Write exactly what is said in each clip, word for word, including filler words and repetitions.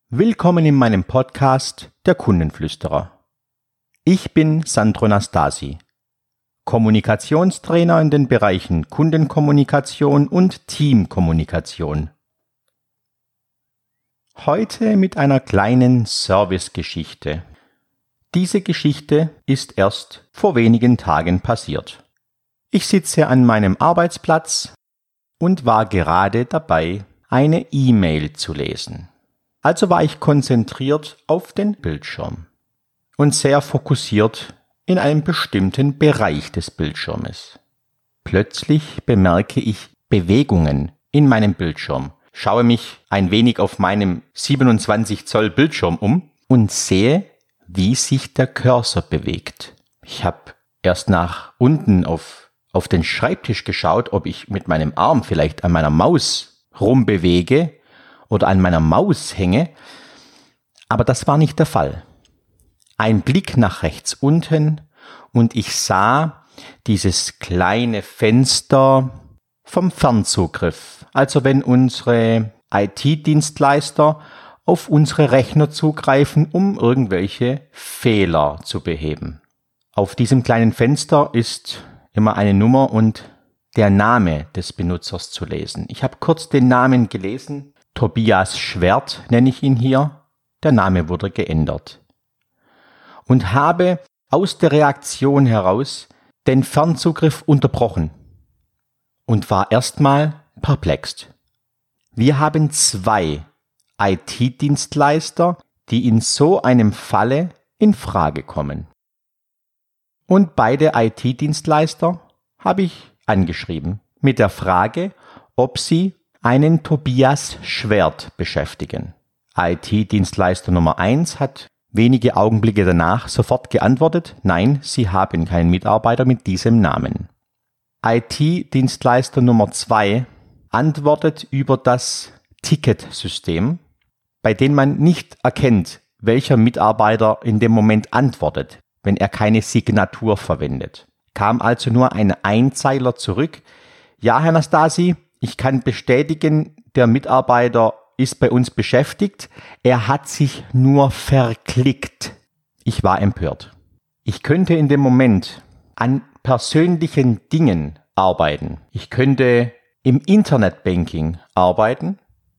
Willkommen in meinem Podcast Der Kundenflüsterer. Ich bin Sandro Nastasi, Kommunikationstrainer in den Bereichen Kundenkommunikation und Teamkommunikation. Heute mit einer kleinen Servicegeschichte. Diese Geschichte ist erst vor wenigen Tagen passiert. Ich sitze an meinem Arbeitsplatz und war gerade dabei, eine E-Mail zu lesen. Also war ich konzentriert auf den Bildschirm und sehr fokussiert in einem bestimmten Bereich des Bildschirmes. Plötzlich bemerke ich Bewegungen in meinem Bildschirm, schaue mich ein wenig auf meinem siebenundzwanzig Zoll Bildschirm um und sehe, wie sich der Cursor bewegt. Ich habe erst nach unten auf, auf den Schreibtisch geschaut, ob ich mit meinem Arm vielleicht an meiner Maus rumbewege oder an meiner Maus hänge, aber das war nicht der Fall. Ein Blick nach rechts unten und ich sah dieses kleine Fenster vom Fernzugriff, also wenn unsere I T-Dienstleister auf unsere Rechner zugreifen, um irgendwelche Fehler zu beheben. Auf diesem kleinen Fenster ist immer eine Nummer und der Name des Benutzers zu lesen. Ich habe kurz den Namen gelesen, Tobias Schwert nenne ich ihn hier, der Name wurde geändert. Und habe aus der Reaktion heraus den Fernzugriff unterbrochen und war erstmal perplex. Wir haben zwei I T-Dienstleister, die in so einem Falle in Frage kommen. Und beide I T-Dienstleister habe ich angeschrieben mit der Frage, ob sie einen Tobias Schwert beschäftigen. I T-Dienstleister Nummer eins hat wenige Augenblicke danach sofort geantwortet, nein, sie haben keinen Mitarbeiter mit diesem Namen. I T-Dienstleister Nummer zwei antwortet über das Ticketsystem, bei dem man nicht erkennt, welcher Mitarbeiter in dem Moment antwortet, wenn er keine Signatur verwendet. Kam also nur ein Einzeiler zurück. Ja, Herr Nastasi, ich kann bestätigen, der Mitarbeiter ist bei uns beschäftigt. Er hat sich nur verklickt. Ich war empört. Ich könnte in dem Moment an persönlichen Dingen arbeiten. Ich könnte im Internetbanking arbeiten.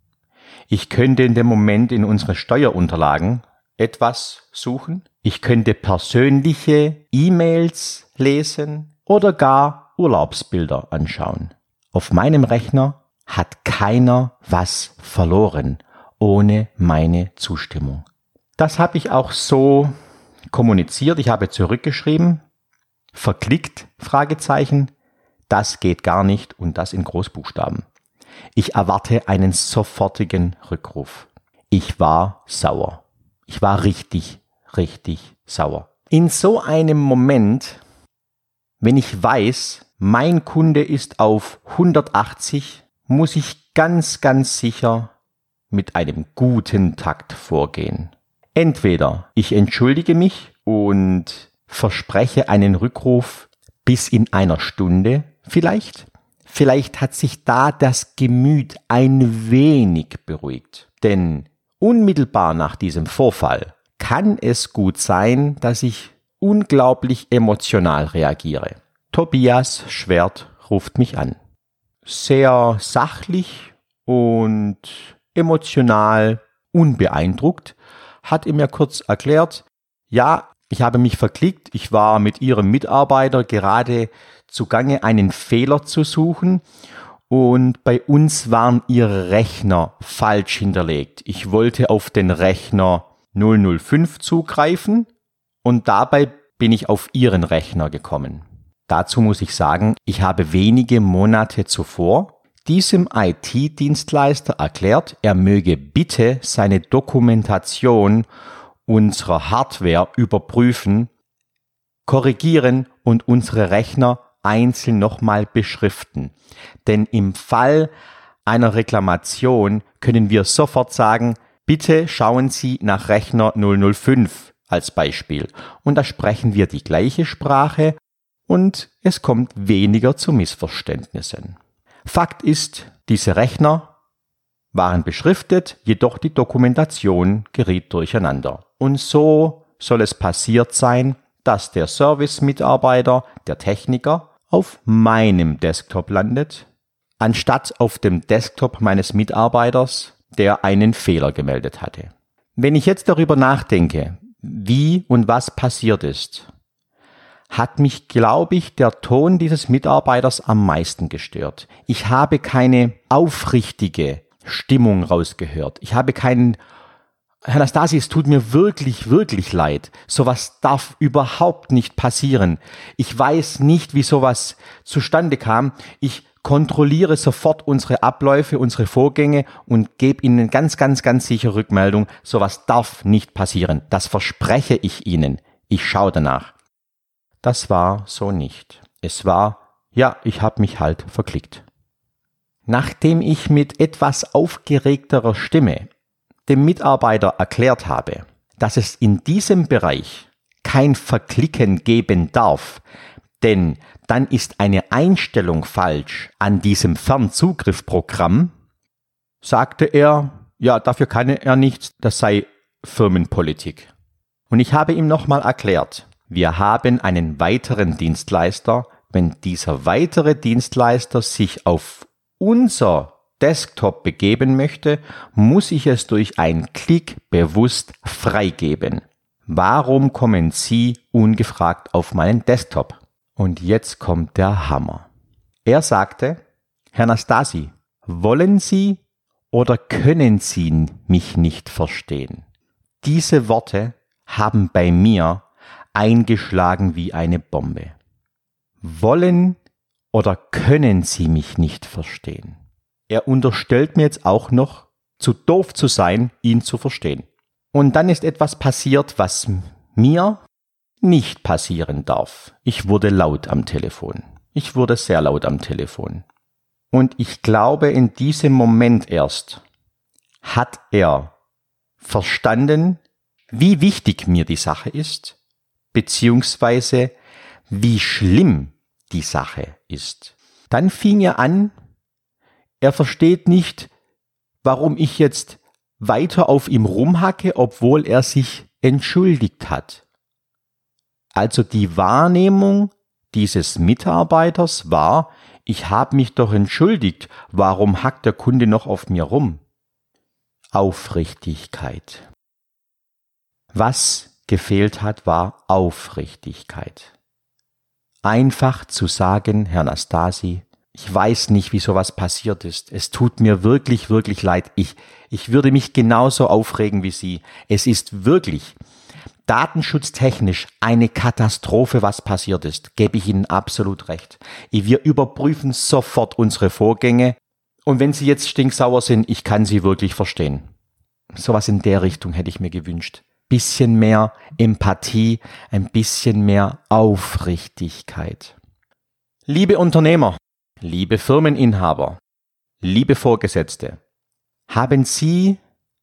Ich könnte in dem Moment in unsere Steuerunterlagen etwas suchen. Ich könnte persönliche E-Mails lesen oder gar Urlaubsbilder anschauen. Auf meinem Rechner hat keiner was verloren, ohne meine Zustimmung. Das habe ich auch so kommuniziert. Ich habe zurückgeschrieben, verklickt, Fragezeichen, das geht gar nicht und das in Großbuchstaben. Ich erwarte einen sofortigen Rückruf. Ich war sauer. Ich war richtig, richtig sauer. In so einem Moment, wenn ich weiß, mein Kunde ist auf hundertachtzig, muss ich ganz, ganz sicher mit einem guten Takt vorgehen. Entweder ich entschuldige mich und verspreche einen Rückruf bis in einer Stunde vielleicht. Vielleicht hat sich da das Gemüt ein wenig beruhigt. Denn unmittelbar nach diesem Vorfall kann es gut sein, dass ich unglaublich emotional reagiere. Tobias Schwert ruft mich an. Sehr sachlich und emotional unbeeindruckt hat er mir kurz erklärt, ja, ich habe mich verklickt, ich war mit Ihrem Mitarbeiter gerade zugange, einen Fehler zu suchen und bei uns waren Ihre Rechner falsch hinterlegt. Ich wollte auf den Rechner null null fünf zugreifen und dabei bin ich auf Ihren Rechner gekommen. Dazu muss ich sagen, ich habe wenige Monate zuvor diesem I T-Dienstleister erklärt, er möge bitte seine Dokumentation unserer Hardware überprüfen, korrigieren und unsere Rechner einzeln nochmal beschriften. Denn im Fall einer Reklamation können wir sofort sagen, bitte schauen Sie nach Rechner null null fünf als Beispiel. Und da sprechen wir die gleiche Sprache und es kommt weniger zu Missverständnissen. Fakt ist, diese Rechner waren beschriftet, jedoch die Dokumentation geriet durcheinander. Und so soll es passiert sein, dass der Service-Mitarbeiter, der Techniker, auf meinem Desktop landet, anstatt auf dem Desktop meines Mitarbeiters, der einen Fehler gemeldet hatte. Wenn ich jetzt darüber nachdenke, wie und was passiert ist, hat mich, glaube ich, der Ton dieses Mitarbeiters am meisten gestört. Ich habe keine aufrichtige Stimmung rausgehört. Ich habe keinen, Herr Anastasi, es tut mir wirklich, wirklich leid. Sowas darf überhaupt nicht passieren. Ich weiß nicht, wie sowas zustande kam. Ich kontrolliere sofort unsere Abläufe, unsere Vorgänge und gebe Ihnen ganz, ganz, ganz sicher Rückmeldung. Sowas darf nicht passieren. Das verspreche ich Ihnen. Ich schaue danach. Das war so nicht. Es war, ja, ich habe mich halt verklickt. Nachdem ich mit etwas aufgeregterer Stimme dem Mitarbeiter erklärt habe, dass es in diesem Bereich kein Verklicken geben darf, denn dann ist eine Einstellung falsch an diesem Fernzugriffprogramm, sagte er, ja, dafür kann er nichts, das sei Firmenpolitik. Und ich habe ihm nochmal erklärt, wir haben einen weiteren Dienstleister. Wenn dieser weitere Dienstleister sich auf unser Desktop begeben möchte, muss ich es durch einen Klick bewusst freigeben. Warum kommen Sie ungefragt auf meinen Desktop? Und jetzt kommt der Hammer. Er sagte, Herr Anastasi, wollen Sie oder können Sie mich nicht verstehen? Diese Worte haben bei mir eingeschlagen wie eine Bombe. Wollen oder können Sie mich nicht verstehen? Er unterstellt mir jetzt auch noch, zu doof zu sein, ihn zu verstehen. Und dann ist etwas passiert, was mir nicht passieren darf. Ich wurde laut am Telefon. Ich wurde sehr laut am Telefon. Und ich glaube, in diesem Moment erst hat er verstanden, wie wichtig mir die Sache ist, beziehungsweise wie schlimm die Sache ist. Dann fing er an, er versteht nicht, warum ich jetzt weiter auf ihm rumhacke, obwohl er sich entschuldigt hat. Also die Wahrnehmung dieses Mitarbeiters war, ich habe mich doch entschuldigt, warum hackt der Kunde noch auf mir rum? Aufrichtigkeit. Was gefehlt hat, war Aufrichtigkeit. Einfach zu sagen, Herr Anastasi, ich weiß nicht, wie sowas passiert ist. Es tut mir wirklich, wirklich leid. Ich, ich würde mich genauso aufregen wie Sie. Es ist wirklich datenschutztechnisch eine Katastrophe, was passiert ist. Gebe ich Ihnen absolut recht. Wir überprüfen sofort unsere Vorgänge. Und wenn Sie jetzt stinksauer sind, ich kann Sie wirklich verstehen. Sowas in der Richtung hätte ich mir gewünscht. Bisschen mehr Empathie, ein bisschen mehr Aufrichtigkeit. Liebe Unternehmer, liebe Firmeninhaber, liebe Vorgesetzte, haben Sie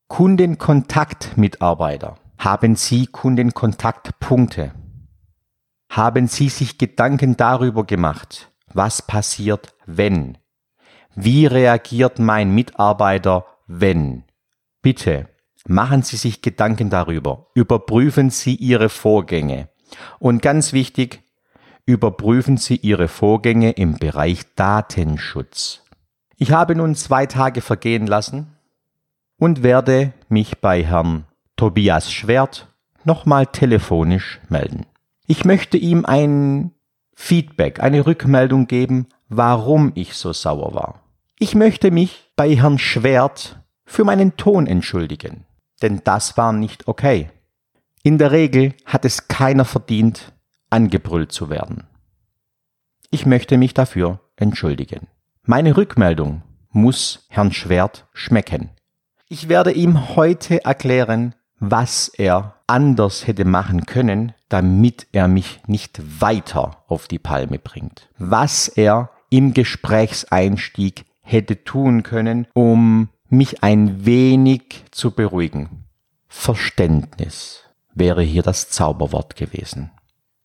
Kundenkontaktmitarbeiter? Haben Sie Kundenkontaktpunkte? Haben Sie sich Gedanken darüber gemacht, was passiert, wenn? Wie reagiert mein Mitarbeiter, wenn? Bitte. Machen Sie sich Gedanken darüber. Überprüfen Sie Ihre Vorgänge. Und ganz wichtig, überprüfen Sie Ihre Vorgänge im Bereich Datenschutz. Ich habe nun zwei Tage vergehen lassen und werde mich bei Herrn Tobias Schwert nochmal telefonisch melden. Ich möchte ihm ein Feedback, eine Rückmeldung geben, warum ich so sauer war. Ich möchte mich bei Herrn Schwert für meinen Ton entschuldigen. Denn das war nicht okay. In der Regel hat es keiner verdient, angebrüllt zu werden. Ich möchte mich dafür entschuldigen. Meine Rückmeldung muss Herrn Schwert schmecken. Ich werde ihm heute erklären, was er anders hätte machen können, damit er mich nicht weiter auf die Palme bringt. Was er im Gesprächseinstieg hätte tun können, um mich ein wenig zu beruhigen. Verständnis wäre hier das Zauberwort gewesen.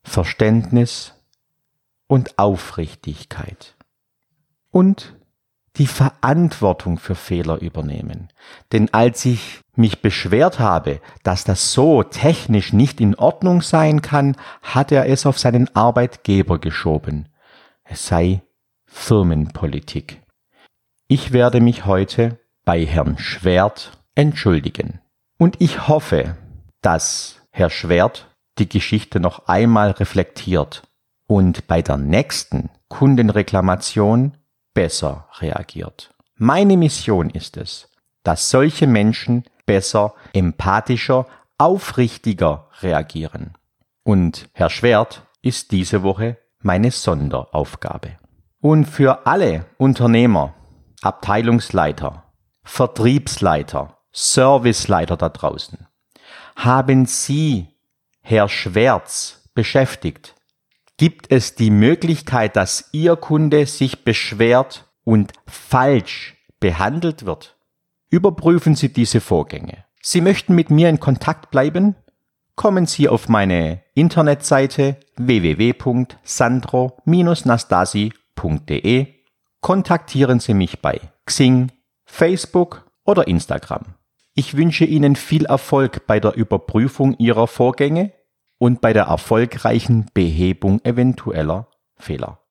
Verständnis und Aufrichtigkeit. Und die Verantwortung für Fehler übernehmen. Denn als ich mich beschwert habe, dass das so technisch nicht in Ordnung sein kann, hat er es auf seinen Arbeitgeber geschoben. Es sei Firmenpolitik. Ich werde mich heute bei Herrn Schwert entschuldigen. Und ich hoffe, dass Herr Schwert die Geschichte noch einmal reflektiert und bei der nächsten Kundenreklamation besser reagiert. Meine Mission ist es, dass solche Menschen besser, empathischer, aufrichtiger reagieren. Und Herr Schwert ist diese Woche meine Sonderaufgabe. Und für alle Unternehmer, Abteilungsleiter, Vertriebsleiter, Serviceleiter da draußen, haben Sie Herr Schwerts beschäftigt? Gibt es die Möglichkeit, dass Ihr Kunde sich beschwert und falsch behandelt wird? Überprüfen Sie diese Vorgänge. Sie möchten mit mir in Kontakt bleiben? Kommen Sie auf meine Internetseite w w w punkt sandro Bindestrich nastasi punkt d e. Kontaktieren Sie mich bei Xing, Facebook oder Instagram. Ich wünsche Ihnen viel Erfolg bei der Überprüfung Ihrer Vorgänge und bei der erfolgreichen Behebung eventueller Fehler.